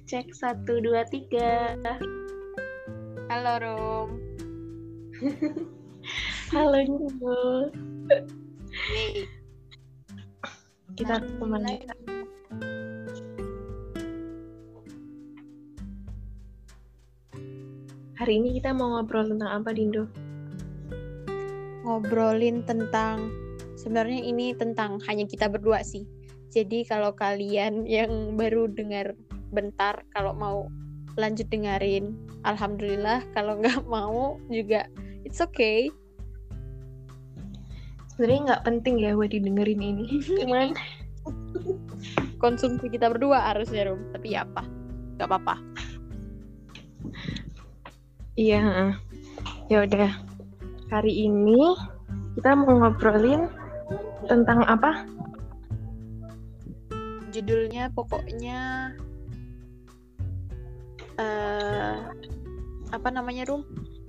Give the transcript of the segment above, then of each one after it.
Cek 1, 2, 3. Halo Rum. Halo Nurul. Yeay. Kita kembali. Hari ini kita mau ngobrol tentang apa, Dindo? Ngobrolin tentang, sebenarnya ini tentang hanya kita berdua sih. Jadi kalau kalian yang baru dengar bentar, kalau mau lanjut dengerin, alhamdulillah. Kalau nggak mau juga it's okay. Sebenarnya nggak penting ya buat didengerin ini. Cuman konsumsi kita berdua harusnya Rum. Tapi ya apa, nggak apa-apa. iya, ya udah. Hari ini kita mau ngobrolin tentang apa? Judulnya pokoknya apa namanya Rum?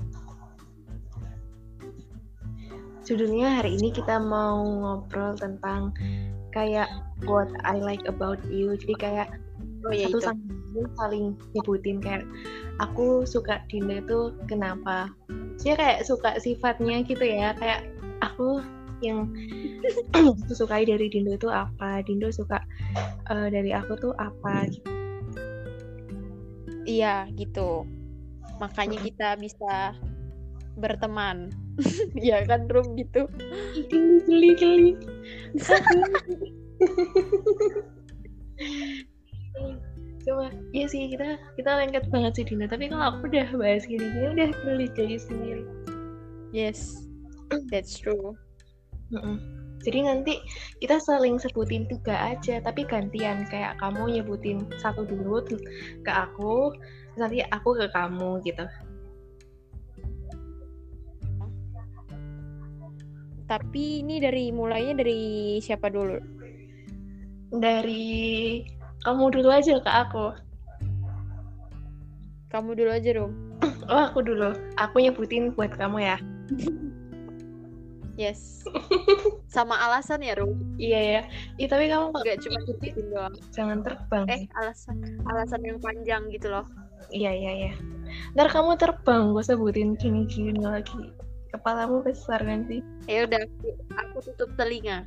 Judulnya hari ini kita mau ngobrol tentang kayak what I like about you. Jadi kayak satu sama lain saling nyebutin kayak aku suka Dinda itu kenapa. Dia kayak suka sifatnya gitu ya. Kayak aku yang aku sukai dari Dindo itu apa, Dindo suka dari aku tuh apa gitu. Iya gitu. Makanya kita bisa berteman. Ya kan Rum gitu. Geli. Cuma iya sih kita lengket banget sih Dina. Tapi kalau aku udah bahas gini udah geli sendiri. Yes, that's true. Jadi nanti kita saling sebutin 3 aja, tapi gantian. Kayak kamu nyebutin satu dulu ke aku, nanti aku ke kamu gitu. Tapi ini mulainya dari siapa dulu? Dari kamu dulu aja ke aku. Kamu dulu aja Rum. Oh aku dulu. Aku nyebutin buat kamu ya. Yes. Sama alasan ya Rum? Iya ya. Tapi kamu nggak cuma nyebutin doang. Jangan terbang. Alasan yang panjang gitu loh. Iya. Ntar kamu terbang, gue sebutin gini lagi. Kepalamu besar kan sih? Ya udah, aku tutup telinga.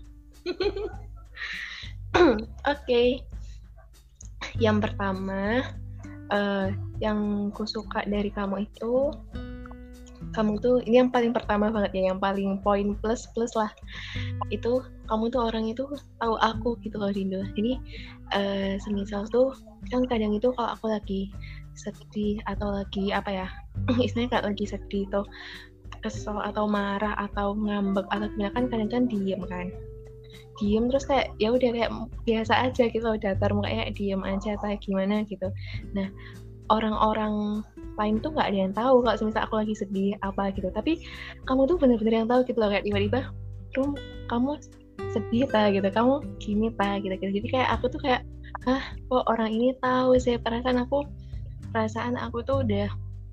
Oke. Yang pertama, yang ku suka dari kamu itu, kamu tuh ini yang paling pertama banget ya, yang paling poin plus lah. Itu kamu tuh orang itu tahu aku gitu loh Dindo. Jadi semisal tuh kan kadang itu kalau aku lagi sedih atau lagi apa ya, istilahnya kayak lagi sedih tuh kesel atau marah atau ngambek atau gimana kan kadang kan diem terus kayak ya udah kayak biasa aja gitu loh, datar mukanya diem aja atau gimana gitu. Nah orang-orang lain tuh nggak ada yang tahu kalau semisal aku lagi sedih apa gitu, tapi kamu tuh bener-bener yang tahu gitu loh, kayak tiba-tiba Rum kamu sedih ta gitu, kamu gini ta gitu. Jadi kayak aku tuh kayak kok orang ini tahu sih perasaan aku tuh udah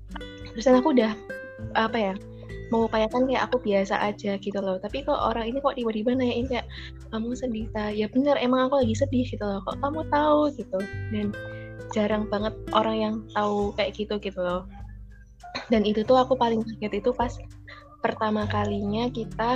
apa ya, mengupayakan kayak aku biasa aja gitu loh, tapi kok orang ini kok tiba-tiba nanyain kayak kamu sedih ta, ya bener emang aku lagi sedih gitu loh, kok kamu tahu gitu. Dan jarang banget orang yang tahu kayak gitu loh. Dan itu tuh aku paling kaget itu pas pertama kalinya kita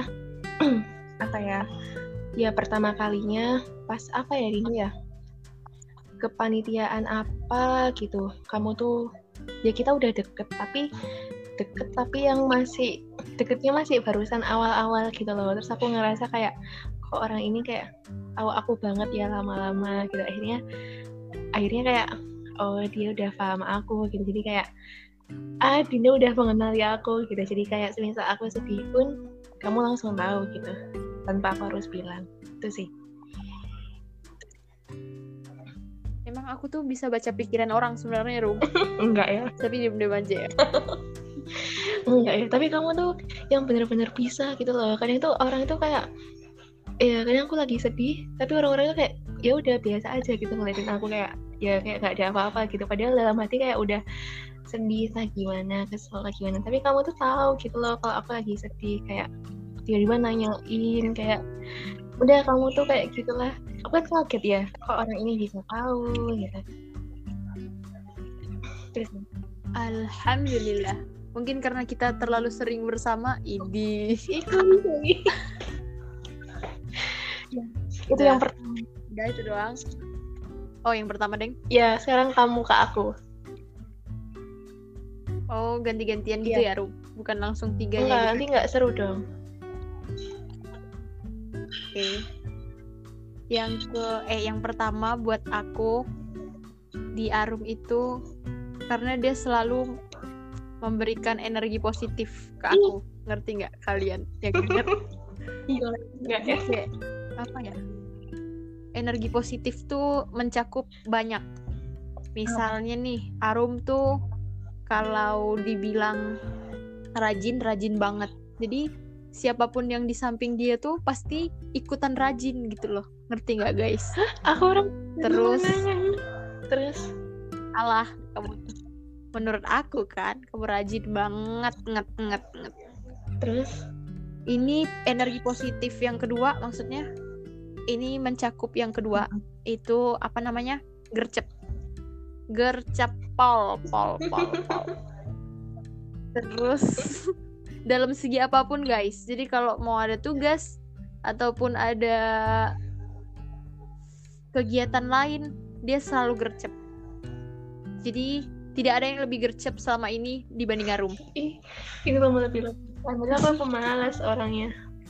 pertama kalinya pas apa ya Dino ya, kepanitiaan apa gitu. Kamu tuh ya kita udah deket tapi yang deketnya masih barusan awal-awal gitu loh. Terus aku ngerasa kayak kok orang ini kayak tahu aku banget ya lama-lama gitu. Akhirnya kayak oh dia udah paham aku gitu. Jadi kayak Dinda udah mengenali aku gitu. Jadi kayak semisal aku sedih pun kamu langsung tahu gitu tanpa aku harus bilang. Itu sih. Emang aku tuh bisa baca pikiran orang sebenarnya Rum. Enggak ya. Tapi diam-diam aja ya. Enggak ya, tapi kamu tuh yang benar-benar bisa gitu loh. Kadang itu orang itu kayak kadang aku lagi sedih, tapi orang-orang itu kayak ya udah biasa aja gitu ngeliatin aku kayak ya kayak gak ada apa-apa gitu. Padahal dalam hati kayak udah sedih lah gimana, kesel lah gimana. Tapi kamu tuh tahu gitu loh kalau aku lagi sedih, kayak tiba-tiba nanyain kayak udah kamu tuh kayak gitulah. Aku kan kaget ya, kok orang ini bisa tahu gitu. Terus Alhamdulillah. Mungkin karena kita terlalu sering bersama, ini. itu itu yang pertama. Udah itu doang. Oh, yang pertama, Deng. Ya, sekarang kamu ke aku. Oh, ganti-gantian gitu ya, Rum? Bukan langsung 3 Enggak, gitu. nanti nggak seru dong. Oke. Yang pertama buat aku di Arum itu karena dia selalu memberikan energi positif ke aku. Ngerti nggak kalian? Ya ngerti. Iya, nggak ya? Kayak apa ya? Energi positif tuh mencakup banyak. Misalnya nih, Arum tuh kalau dibilang rajin banget. Jadi siapapun yang di samping dia tuh pasti ikutan rajin gitu loh. Ngerti nggak, guys? Aku orang terus alah, kamu menurut aku kan kamu rajin banget nget. Terus ini energi positif yang kedua, maksudnya ini mencakup yang kedua itu apa namanya, gercep pol. Terus dalam segi apapun, guys, jadi kalau mau ada tugas ataupun ada kegiatan lain dia selalu gercep. Jadi tidak ada yang lebih gercep selama ini dibanding Arum. ini kamu lebih padahal aku pemalas orangnya.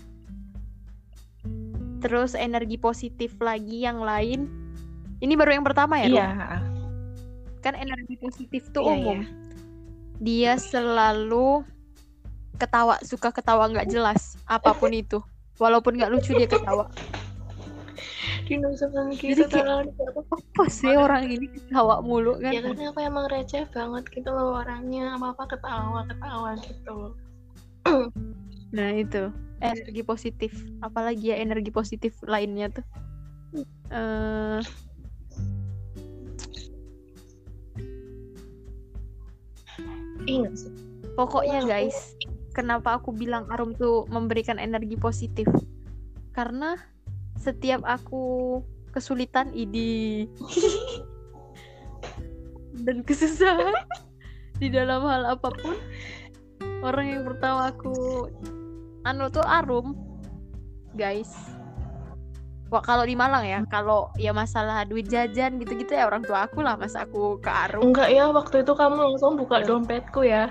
Terus energi positif lagi yang lain, ini baru yang pertama ya, Rum? Iya. Kan energi positif tuh Iya, umum. iya. Dia selalu ketawa, suka ketawa nggak jelas apapun itu, walaupun nggak lucu dia ketawa. Dinosaurus gitu terlalu Apa sih orang ini ketawa mulu kan? ya karena aku emang receh banget gitu loh orangnya, apa ketawa gitu. Nah itu energi positif. Apalagi ya energi positif lainnya tuh. Ingat sih. Pokoknya guys, kenapa aku bilang Arum tuh memberikan energi positif? Karena setiap aku kesulitan dan kesusahan di dalam hal apapun, orang yang pertama aku tuh Arum, guys. Wah, kalau di Malang ya, kalau ya masalah duit jajan gitu-gitu ya orang tua aku lah, masa aku ke Arum. Enggak ya, waktu itu kamu langsung buka dompetku ya.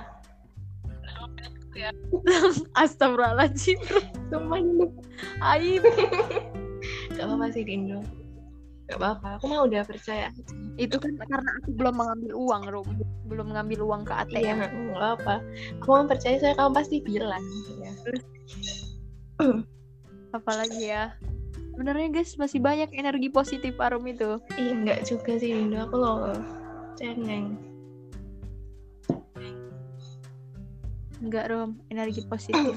Astagfirullahaladzim. Sumpah ini Aib. Gak apa-apa sih Dindo. Gak apa-apa, aku mah udah percaya. Itu kan karena aku belum mengambil uang, Rum. Belum mengambil uang ke ATM. Iya, gak apa. Aku mah percaya, saya kamu pasti bilang ya. Apalagi ya, sebenarnya guys masih banyak energi positif Arum itu. Iya, enggak juga sih Dindo, aku loh cengeng. Enggak, Rum, energi positif.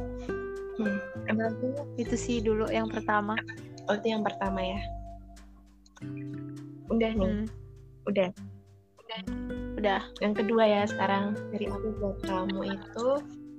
Itu sih dulu yang pertama. Oh, itu yang pertama ya. Udah nih. Udah. Yang kedua ya sekarang dari aku buat kamu itu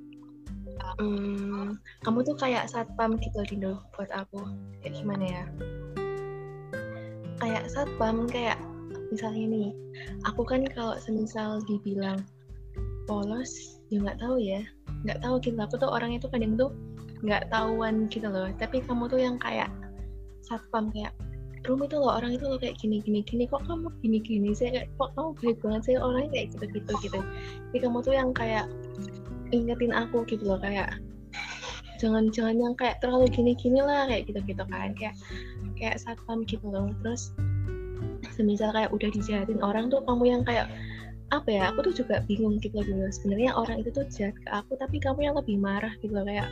kamu tuh kayak satpam gitu Dindo buat aku. Kayak gimana ya? Kayak satpam, kayak misalnya nih, aku kan kalau semisal dibilang polos, ya nggak tahu gitu. Aku tuh orang itu kadang tuh nggak tahuan gitu loh. Tapi kamu tuh yang kayak satpam, kayak Rum itu loh, orang itu loh kayak gini, kok kamu gini sih, kayak kok kamu baik banget sih, orangnya kayak gitu. Jadi kamu tuh yang kayak ingetin aku gitu loh, kayak jangan yang kayak terlalu gini lah, kayak gitu kan, kayak satpam gitu loh. Terus semisal kayak udah dijahatin orang tuh kamu yang kayak apa ya, aku tuh juga bingung gitu loh, sebenarnya orang itu tuh jahat ke aku tapi kamu yang lebih marah gitu loh, kayak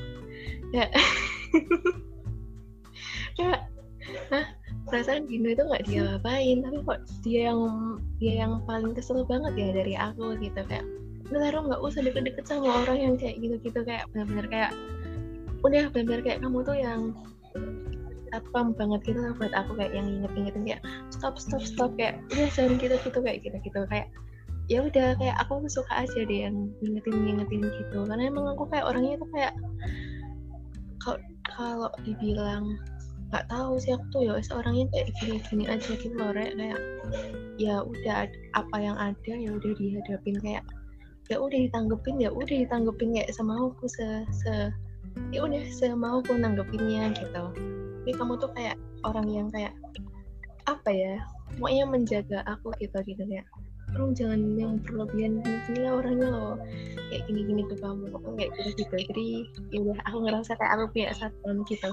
perasaan Dino itu nggak dia apain, tapi kok dia yang paling kesel banget ya dari aku gitu, kayak udah Rom nggak usah deket-deket sama orang yang kayak gitu, kayak benar-benar kayak udah benar-benar kayak kamu tuh yang satpam banget gitu lah buat aku, kayak yang ingetin kayak stop kayak udah jangan gitu kayak gitu, kayak ya udah, kayak aku suka aja deh yang ngingetin gitu, karena emang aku kayak orangnya tuh kayak kalau dibilang nggak tahu sih, aku tuh ya orangnya kayak gini-gini aja gitu loh, Rek. Kayak ya udah apa yang ada ya udah dihadapin, kayak ya udah ditanggepin kayak semauku, ya udah semauku nanggepinnya gitu. Tapi kamu tuh kayak orang yang kayak apa ya, pokoknya menjaga aku gitu ya. Tolong jangan yang berlebihan gini orangnya loh, kayak gini ke kamu kayak gitu. Jadi ya udah, aku ngerasa kayak aku punya satuan gitu.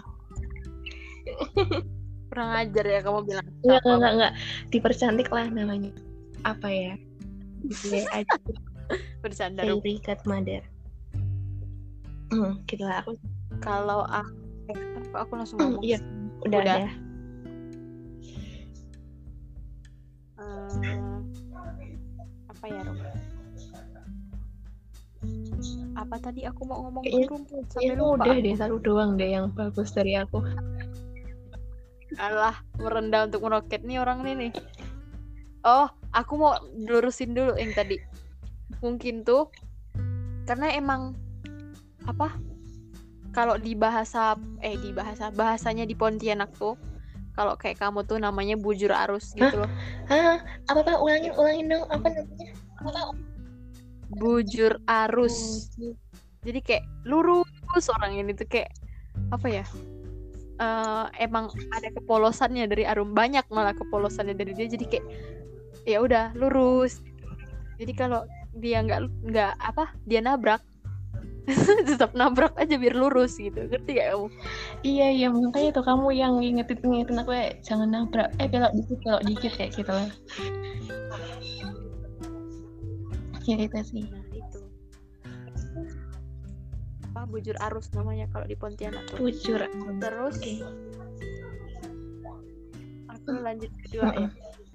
Kurang ajar ya kamu bilang. Enggak, dipercantik lah namanya. Apa ya, gue aja Bercanda. Fairy Godmother. Gitu lah aku. Kalau aku langsung ngomong. Iya, udah. Apa ya, Rom? Apa tadi aku mau ngomong? Sampai lupa. Udah deh, satu doang deh yang bagus dari aku. Alah, merendah untuk meroket nih orang nih. Oh, aku mau lurusin dulu yang tadi. Mungkin tuh karena emang apa? Kalau bahasanya di Pontianak tuh, kalau kayak kamu tuh namanya bujur arus gitu loh. Apa ulangin dong, apa namanya? Bujur arus. Jadi kayak lurus orang ini tuh kayak apa ya? Emang ada kepolosannya dari Arum, banyak malah kepolosannya dari dia, jadi kayak ya udah lurus. Jadi kalau dia nggak dia nabrak tetap nabrak aja biar lurus gitu, ngerti gak kamu? Iya, makanya tuh kamu yang ngingetin aku ya, jangan nabrak, belok dikit kayak gitu lah. Ya itu sih. Nah itu apa, bujur arus namanya kalau di Pontianak tuh. Bujur. Terus aku lanjut kedua ya.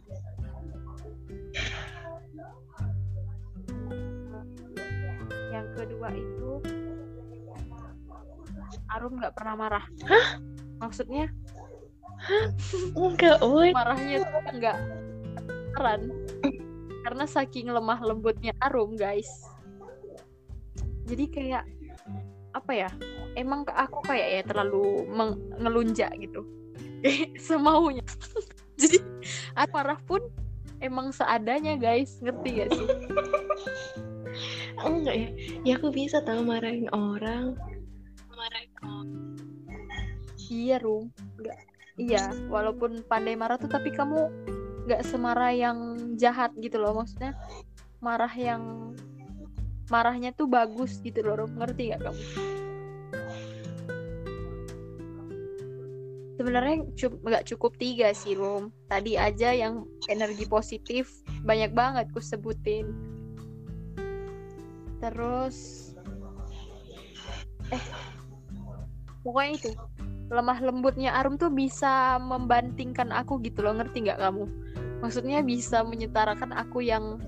Yang kedua itu Arum nggak pernah marah. Hah? Maksudnya? Enggak, woy. Marahnya tuh enggak keren. Karena saking lemah lembutnya Arum, guys. Jadi kayak apa ya? Emang aku kayak ya terlalu ngelunjak gitu. Semaunya. Jadi marah pun emang seadanya, guys. Ngerti gak sih? Enggak ya. Ya aku bisa tahu marahin orang. Iya, Rum. Enggak. Iya, walaupun pandai marah tuh, tapi kamu nggak semarah yang jahat gitu loh. Maksudnya marahnya tuh bagus gitu loh, Rum. Ngerti gak kamu? Sebenarnya nggak cukup 3 sih, Rum. Tadi aja yang energi positif banyak banget ku sebutin. Terus pokoknya itu, lemah lembutnya Arum tuh bisa membandingkan aku gitu loh, ngerti nggak kamu? Maksudnya bisa menyetarakan aku yang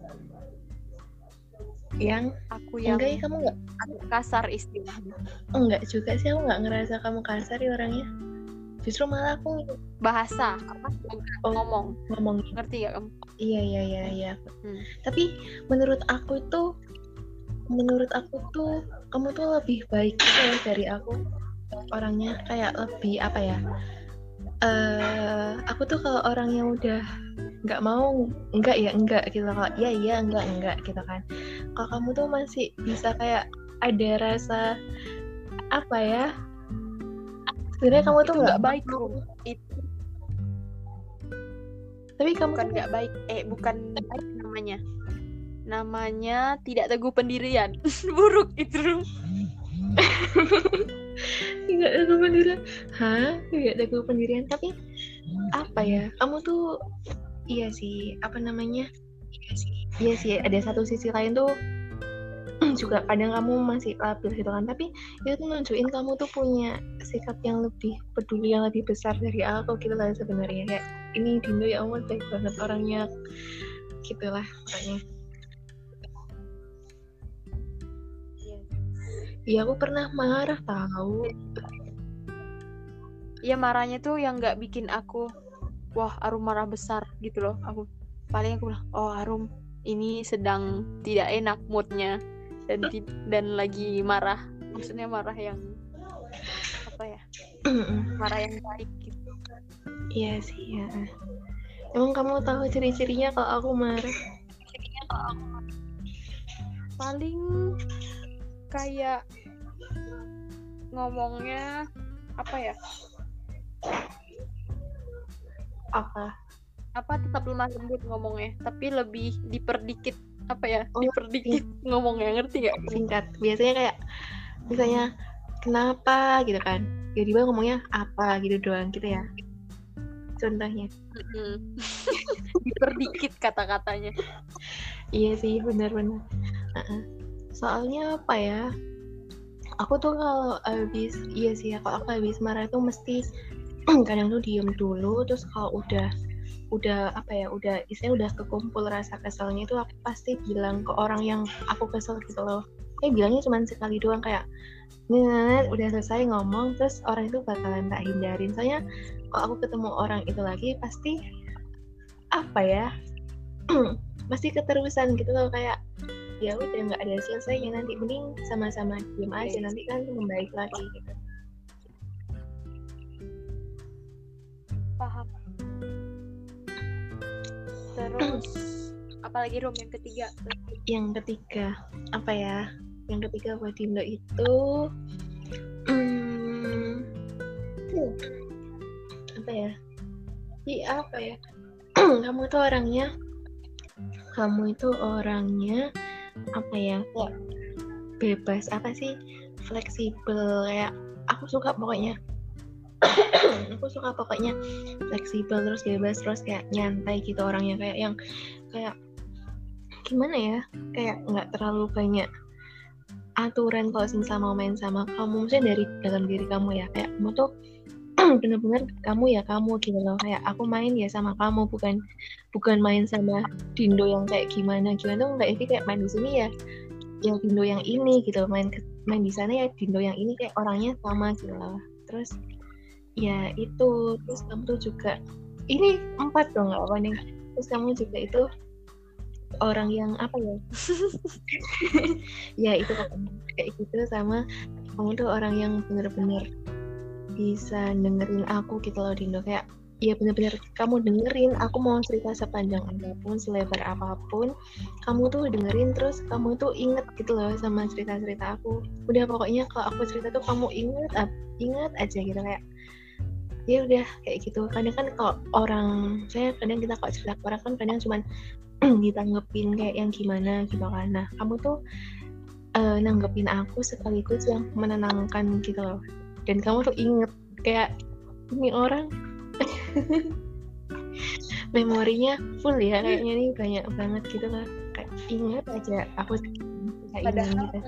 enggak ya, kamu nggak kasar istilahnya. Enggak juga sih, aku nggak ngerasa kamu kasar ya orangnya. Justru malah aku bahasa ngomong, ngerti nggak kamu? Iya. Tapi menurut aku tuh kamu tuh lebih baik gitu ya dari aku orangnya, kayak lebih apa ya, aku tuh kalau orang yang udah nggak mau enggak gitu, kalau iya enggak gitu kan. Kalau kamu tuh masih bisa kayak ada rasa apa ya, sebenarnya kamu tuh nggak baik, itu tapi kamu bukan nggak baik, bukan baik namanya tidak teguh pendirian. Buruk itu. Tidak teguh pendirian. Tapi apa ya, kamu tuh iya sih, ada satu sisi lain tuh juga kadang kamu masih labil gitu kan, tapi itu tuh nunjukin kamu tuh punya sikap yang lebih peduli, yang lebih besar dari aku gitu lah sebenarnya. Kayak ini Dindo ya ampun baik banget orangnya gitulah pokoknya. Iya, aku pernah marah tahu. Iya, marahnya tuh yang nggak bikin aku wah Arum marah besar gitu loh. Aku bilang, oh Arum ini sedang tidak enak moodnya dan lagi marah. Maksudnya marah yang apa ya? marah yang baik gitu. Iya sih ya. Emang kamu tahu ciri-cirinya kalau aku marah? Paling kayak ngomongnya apa ya? Apa tetap lemah lembut ngomongnya, tapi lebih diperdikit apa ya? Diperdikit ngomongnya, ngerti gak? Singkat. Biasanya kayak misalnya kenapa gitu kan. Tiba-tiba ngomongnya apa gitu doang gitu ya. Contohnya. Diperdikit kata-katanya. Iya sih, benar-benar. Soalnya apa ya? Aku tuh kalau habis kalau aku habis marah tuh mesti kadang tuh diem dulu, terus kalau udah istilahnya udah kekumpul rasa keselnya itu aku pasti bilang ke orang yang aku kesel gitu loh. Bilangnya cuma sekali doang kayak udah selesai ngomong, terus orang itu bakalan tak hindarin. Soalnya kalau aku ketemu orang itu lagi pasti apa ya? Pasti keterusan gitu loh, kayak ya udah nggak ada selesainya, nanti mending sama-sama diem aja, nanti kan membaik lagi gitu. Paham. Terus apalagi Rom yang ketiga? Yang ketiga apa ya? Yang ketiga buat Dindo itu apa ya? Apa ya? Kamu itu orangnya apa ya? Kayak bebas apa sih? Fleksibel, kayak aku suka pokoknya fleksibel, terus bebas, terus kayak nyantai gitu orangnya, kayak yang kayak gimana ya, kayak nggak terlalu banyak aturan kalau misal mau main sama kamu, maksudnya dari dalam diri kamu ya, kayak kamu tuh benar-benar kamu gitu loh, kayak aku main ya sama kamu, bukan main sama Dindo yang kayak gimana tuh enggak. Jadi kayak main di sini ya Dindo yang ini gitu, main di sana ya Dindo yang ini, kayak orangnya sama gitu loh. Terus ya itu, terus kamu tuh juga ini 4 dong, nggak apa nih. Terus kamu juga itu orang yang apa ya ya itu kayak gitu, sama kamu tuh orang yang benar-benar bisa dengerin aku gitu loh Dindo, kayak ya benar-benar kamu dengerin aku mau cerita sepanjang apapun, selebar apapun, kamu tuh dengerin, terus kamu tuh inget gitu loh sama cerita-cerita aku. Udah pokoknya kalau aku cerita tuh kamu inget aja gitu, kayak ya udah kayak gitu. Kadang kan kalau kadang kita kalau cerita ke orang kan kadang cuman ditanggepin kayak yang gimana gitu kan. Nah kamu tuh nanggepin aku sekaligus yang menenangkan gitu loh, dan kamu tuh inget kayak ini orang memorinya full ya kayaknya nih, banyak banget gitu lah, kayak inget aja aku kayak ini gitu.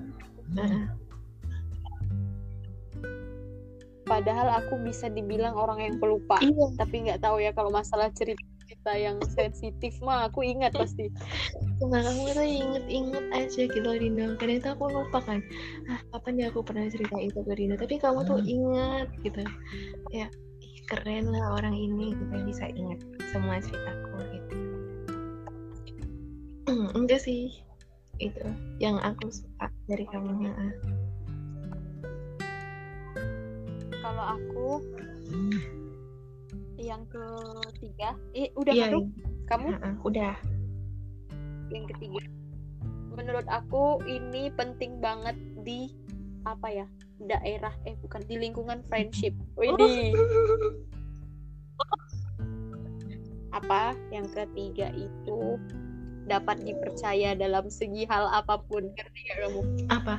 Padahal aku bisa dibilang orang yang pelupa, tapi nggak tahu ya kalau masalah cerita yang sensitif mah aku ingat pasti. Nah kamu tuh inget aja gitu Dindo. Kadang itu aku lupa kan, kapan ya aku pernah cerita itu ke Dindo, tapi kamu tuh inget gitu ya. Keren lah orang ini gitu, bisa ingat semua ceritaku gitu. Enggak sih, itu yang aku suka dari kamu. Kalau aku yang ketiga, udah kan? Kamu? Udah. Yang ketiga, menurut aku ini penting banget di apa ya? Daerah bukan di lingkungan friendship. Apa yang ketiga itu dapat dipercaya dalam segi hal apapun. Ngerti gak kamu? Apa?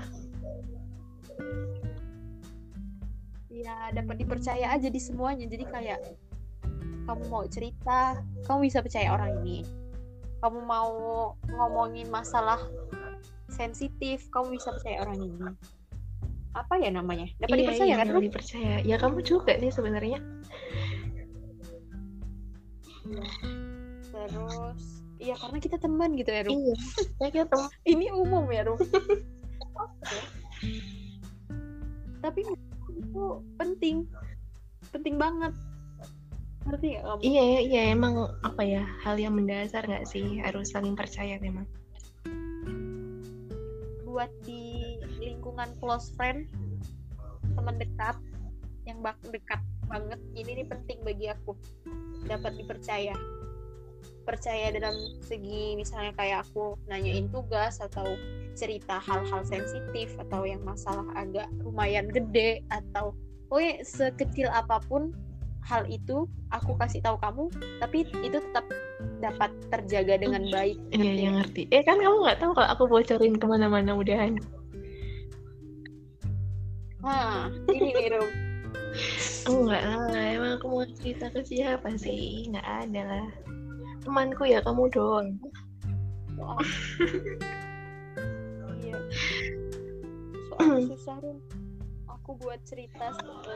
Ya dapat dipercaya aja di semuanya. Jadi kayak kamu mau cerita, kamu bisa percaya orang ini. Kamu mau ngomongin masalah sensitif, kamu bisa percaya orang ini. Apa ya namanya? Dapat dipercaya kan? Dapat dipercaya. Ya kamu juga sih sebenarnya. Terus, iya karena kita teman gitu ya, Rum. Iya, kita teman. Ini umum ya, Rum. Tapi itu penting banget. Ngerti gak kamu? Iya emang apa ya, hal yang mendasar nggak sih, harus saling percaya memang. Buat di lingkungan close friend, teman dekat, yang dekat banget ini nih penting bagi aku, dapat percaya dalam segi misalnya kayak aku nanyain tugas atau cerita hal-hal sensitif atau yang masalah agak lumayan gede atau sekecil apapun hal itu aku kasih tahu kamu, tapi itu tetap dapat terjaga dengan baik. Iya, ngerti. Kan kamu nggak tahu kalau aku bocorin kemana-mana udahan. Ini nih Rum. Enggak lah, emang aku mau cerita ke siapa sih? Nggak ada lah. Temanku ya kamu doang. Iya. Soalnya susah Rum. Aku buat cerita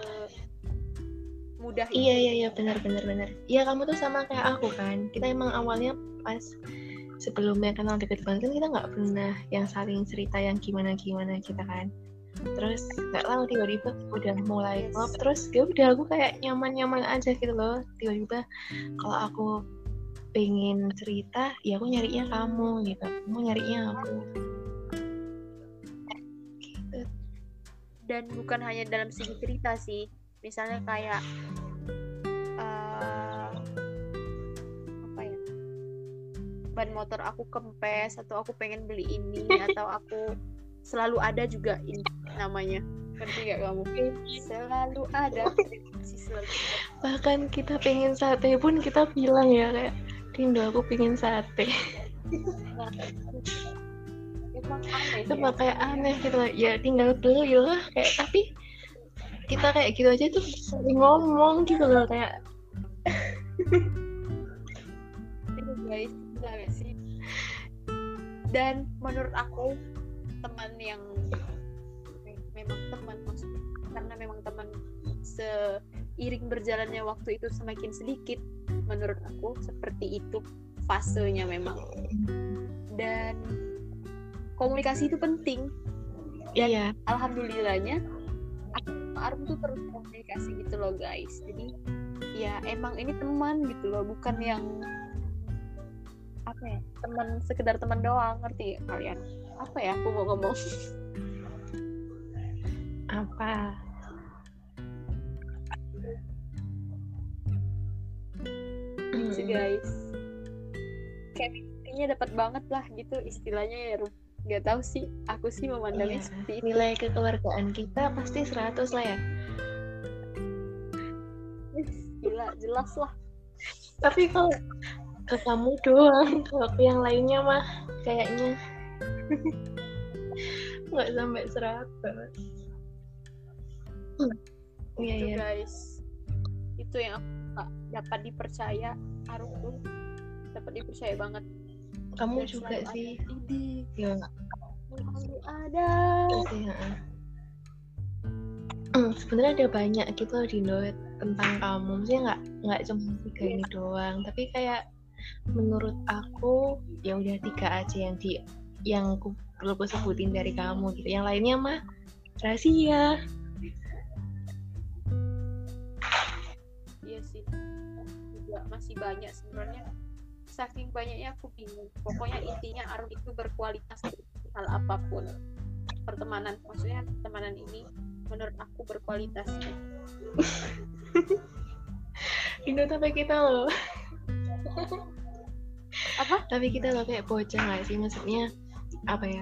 mudah. Iya, benar. Iya, kamu tuh sama kayak aku kan. Kita emang awalnya pas sebelumnya kenal deket banget kan kita nggak pernah yang saling cerita yang gimana kita kan. Terus nggak lama tiba-tiba udah mulai klop, terus ya udah aku kayak nyaman aja gitu loh. Tiba-tiba kalau aku pengen cerita, ya aku nyarinya kamu gitu. Kamu nyarinya aku. Gitu. Dan bukan hanya dalam segi cerita sih. Misalnya kayak ban motor aku kempes atau aku pengen beli ini atau aku selalu ada juga ini namanya, ngerti gak kamu? Selalu ada. Bahkan kita pengen sate pun kita bilang ya kayak Rindo aku pengen sate. Emang aneh. Itu kayak aneh gitu lah. Ya tinggal beli lah kayak, tapi kita kayak gitu aja tuh sering ngomong gitu loh kayak. Guys, gak sih? Dan menurut aku teman yang memang teman maksudnya karena memang teman seiring berjalannya waktu itu semakin sedikit, menurut aku seperti itu fasenya memang. Dan komunikasi itu penting. Dan iya. Alhamdulillahnya Arum tuh terus komunikasi gitu loh guys. Jadi ya emang ini teman gitu loh, bukan yang teman sekedar teman doang, ngerti kalian? Apa ya aku mau ngomong? Apa? Gitu guys. Chemistry-nya dapat banget lah gitu istilahnya ya. Gak tahu sih, aku sih memandangnya seperti itu. Nilai kekeluargaan kita pasti 100 lah ya. Gila, jelas lah. Tapi kalau ke kamu doang, kalau ke yang lainnya mah kayaknya nggak sampai 100. Iya. Guys, itu yang aku dapat dipercaya. Arum tuh dapat dipercaya banget. Kamu dan juga sih. Ya. Selalu ada. Sebenarnya ada banyak gitu loh Dino tentang kamu. Maksudnya nggak cuma 3 ini doang, tapi kayak menurut aku ya udah 3 aja yang perlu aku sebutin dari kamu gitu. Yang lainnya mah rahasia. Iya sih, juga masih banyak sebenarnya. Saking banyaknya aku bingung. Pokoknya intinya Arum itu berkualitas hal apapun. Pertemanan, maksudnya pertemanan ini menurut aku berkualitas. Dino sampai kita loh. Apa? Tapi kita loh kayak bocah nggak sih, maksudnya apa ya?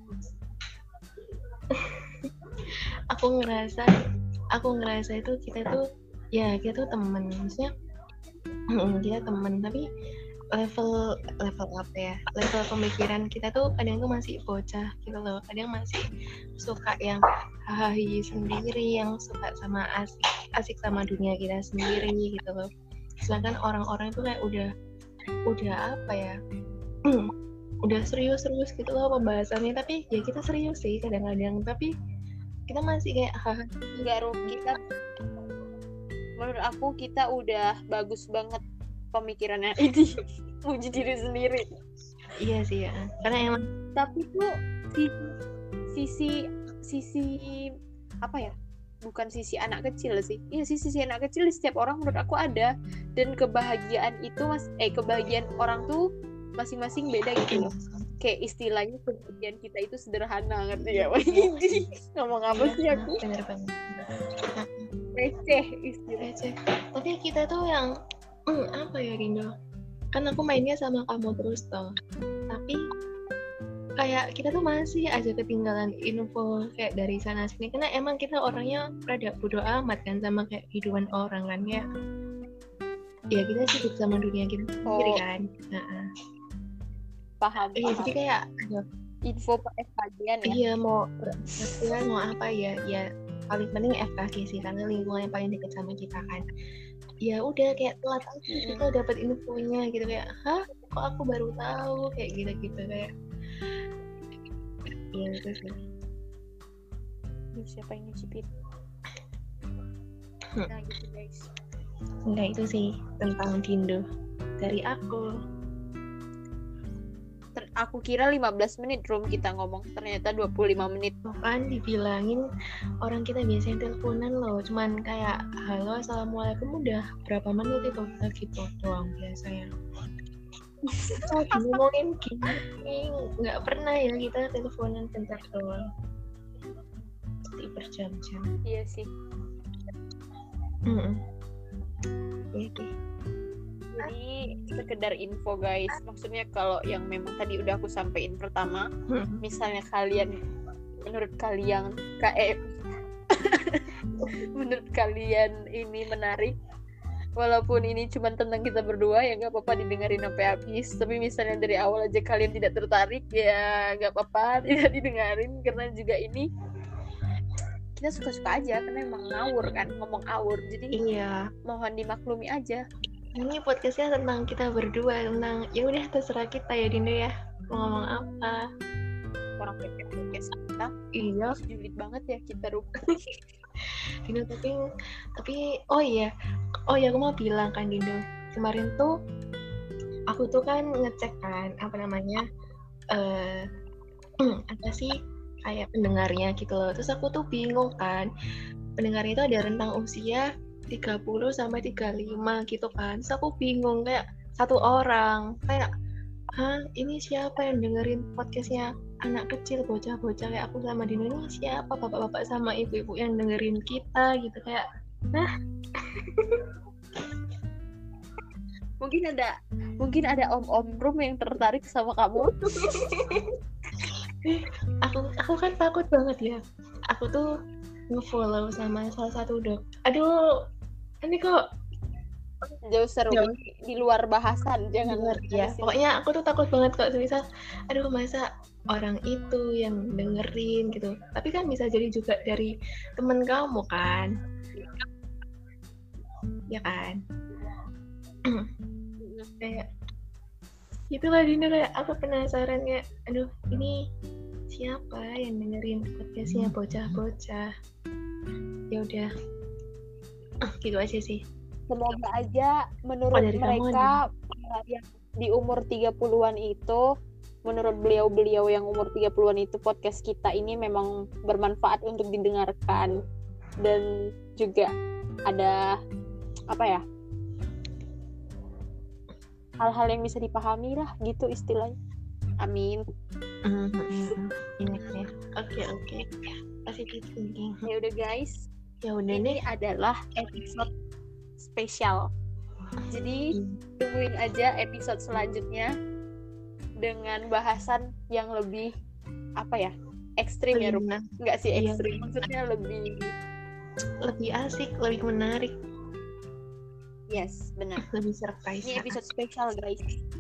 aku ngerasa itu kita tuh teman, maksudnya kita teman, tapi level apa ya? Level pemikiran kita tuh kadang tuh masih bocah gitu loh. Kadang masih suka yang hahaha sendiri, yang suka sama asik sama dunia kita sendiri gitu loh. Sedangkan orang-orang itu kayak udah apa ya? Udah serius gitu loh pembahasannya, tapi ya kita serius sih kadang-kadang, tapi kita masih kayak enggak kita menurut aku kita udah bagus banget pemikirannya ini. Puji diri sendiri. Iya sih ya, karena emang tapi tuh sisi apa ya, bukan sisi anak kecil sih. Iya sih, sisi anak kecil di setiap orang menurut aku ada, dan kebahagiaan itu kebahagiaan orang tuh masing-masing beda gitu loh. Kayak istilahnya kebahagiaan kita itu sederhana, ngerti ya? Ngomong apa sih aku? Bener banget. receh istilahnya. receh. Tapi kita tuh yang apa ya Rindo, kan aku mainnya sama kamu terus toh, tapi kayak kita tuh masih aja ketinggalan info kayak dari sana sini, karena emang kita orangnya rada bodo amat kan sama kayak kehidupan orang kan ya. Ya kita sibuk sama dunia kita sendiri kan. Paham. Jadi kayak info FKG-an ya. Iya mau apa ya paling penting FKG sih, karena lingkungan yang paling dekat sama kita kan. Ya udah kayak telat aja kita dapat infonya gitu, kayak hah kok aku baru tahu kayak gitu kayak. Ya itu sih. Siapa yang nyicipin? Nah gitu guys. Enggak, itu sih tentang Dindo dari aku. Aku kira 15 menit Rom kita ngomong, ternyata 25 menit. Kan dibilangin orang kita biasanya teleponan loh, cuman kayak halo assalamualaikum udah berapa menit itu gitu doang biasanya. Kita ngomongin gini nggak pernah ya kita teleponan bentar doang, pasti berjam-jam. Iya sih. Oke. Jadi sekedar info guys, maksudnya kalau yang memang tadi udah aku sampein pertama, misalnya kalian menurut kalian menurut kalian ini menarik, walaupun ini cuma tentang kita berdua ya nggak apa-apa didengarin sampai habis. Tapi misalnya dari awal aja kalian tidak tertarik ya nggak apa-apa tidak didengarin, karena juga ini kita suka-suka aja karena emang ngawur kan, ngomong awur, jadi iya mohon dimaklumi aja. Ini podcastnya tentang kita berdua, tentang ya udah terserah kita ya Dindo ya mau ngomong apa. Orang podcast kita Iya julid banget ya kita Rup. Dindo, tapi oh iya aku mau bilang kan Dindo, kemarin tuh aku tuh kan ngecek kan apa namanya apa sih kayak pendengarnya gitu loh, terus aku tuh bingung kan pendengarnya itu ada rentang usia 30 sampai 35 gitu kan. Terus aku bingung kayak satu orang kayak ini siapa yang dengerin podcastnya anak kecil bocah-bocah kayak aku sama Dino, ini siapa bapak-bapak sama ibu-ibu yang dengerin kita gitu kayak mungkin ada om-om Rum yang tertarik sama kamu. aku kan takut banget ya, aku tuh nge-follow sama salah satu aduh ini kok jauh seru di luar bahasan, jangan ya pokoknya aku tuh takut banget kok misal aduh masa orang itu yang dengerin gitu, tapi kan bisa jadi juga dari temen kamu kan ya kan. Kayak itulah Dinda, kayak aku penasaran kayak aduh ini siapa yang dengerin podcastnya bocah-bocah. Ya udah gitu aja sih. Semoga aja menurut mereka yang di umur 30-an itu, menurut beliau-beliau yang umur 30-an itu, podcast kita ini memang bermanfaat untuk didengarkan dan juga ada apa ya, hal-hal yang bisa dipahami lah gitu istilahnya. Amin. Oke. Positive thinking. Ya udah guys. Ya udah ini adalah episode spesial. Jadi tungguin aja episode selanjutnya dengan bahasan yang lebih apa ya? Ekstrim ya, Rum. Enggak sih ekstrim, maksudnya lebih asik, lebih menarik. Yes, benar. Lebih surprise. Ini episode spesial, guys.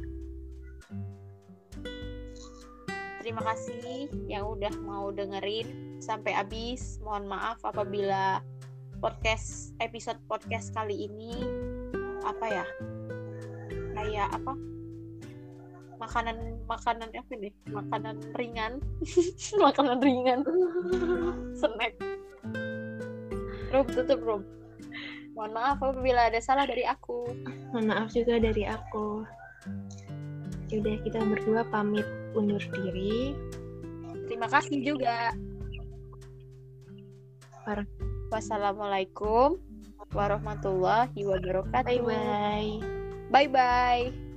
Terima kasih yang udah mau dengerin sampai habis. Mohon maaf apabila episode podcast kali ini apa ya? Kayak apa? Makanan apa nih? Makanan ringan. Makanan ringan. Snack. Rob, tutup, Rob. Mohon maaf apabila ada salah dari aku. Mohon maaf juga dari aku. Yaudah, kita berdua pamit undur diri. Terima kasih juga. Wassalamualaikum warahmatullahi wabarakatuh. Bye-bye. Bye-bye.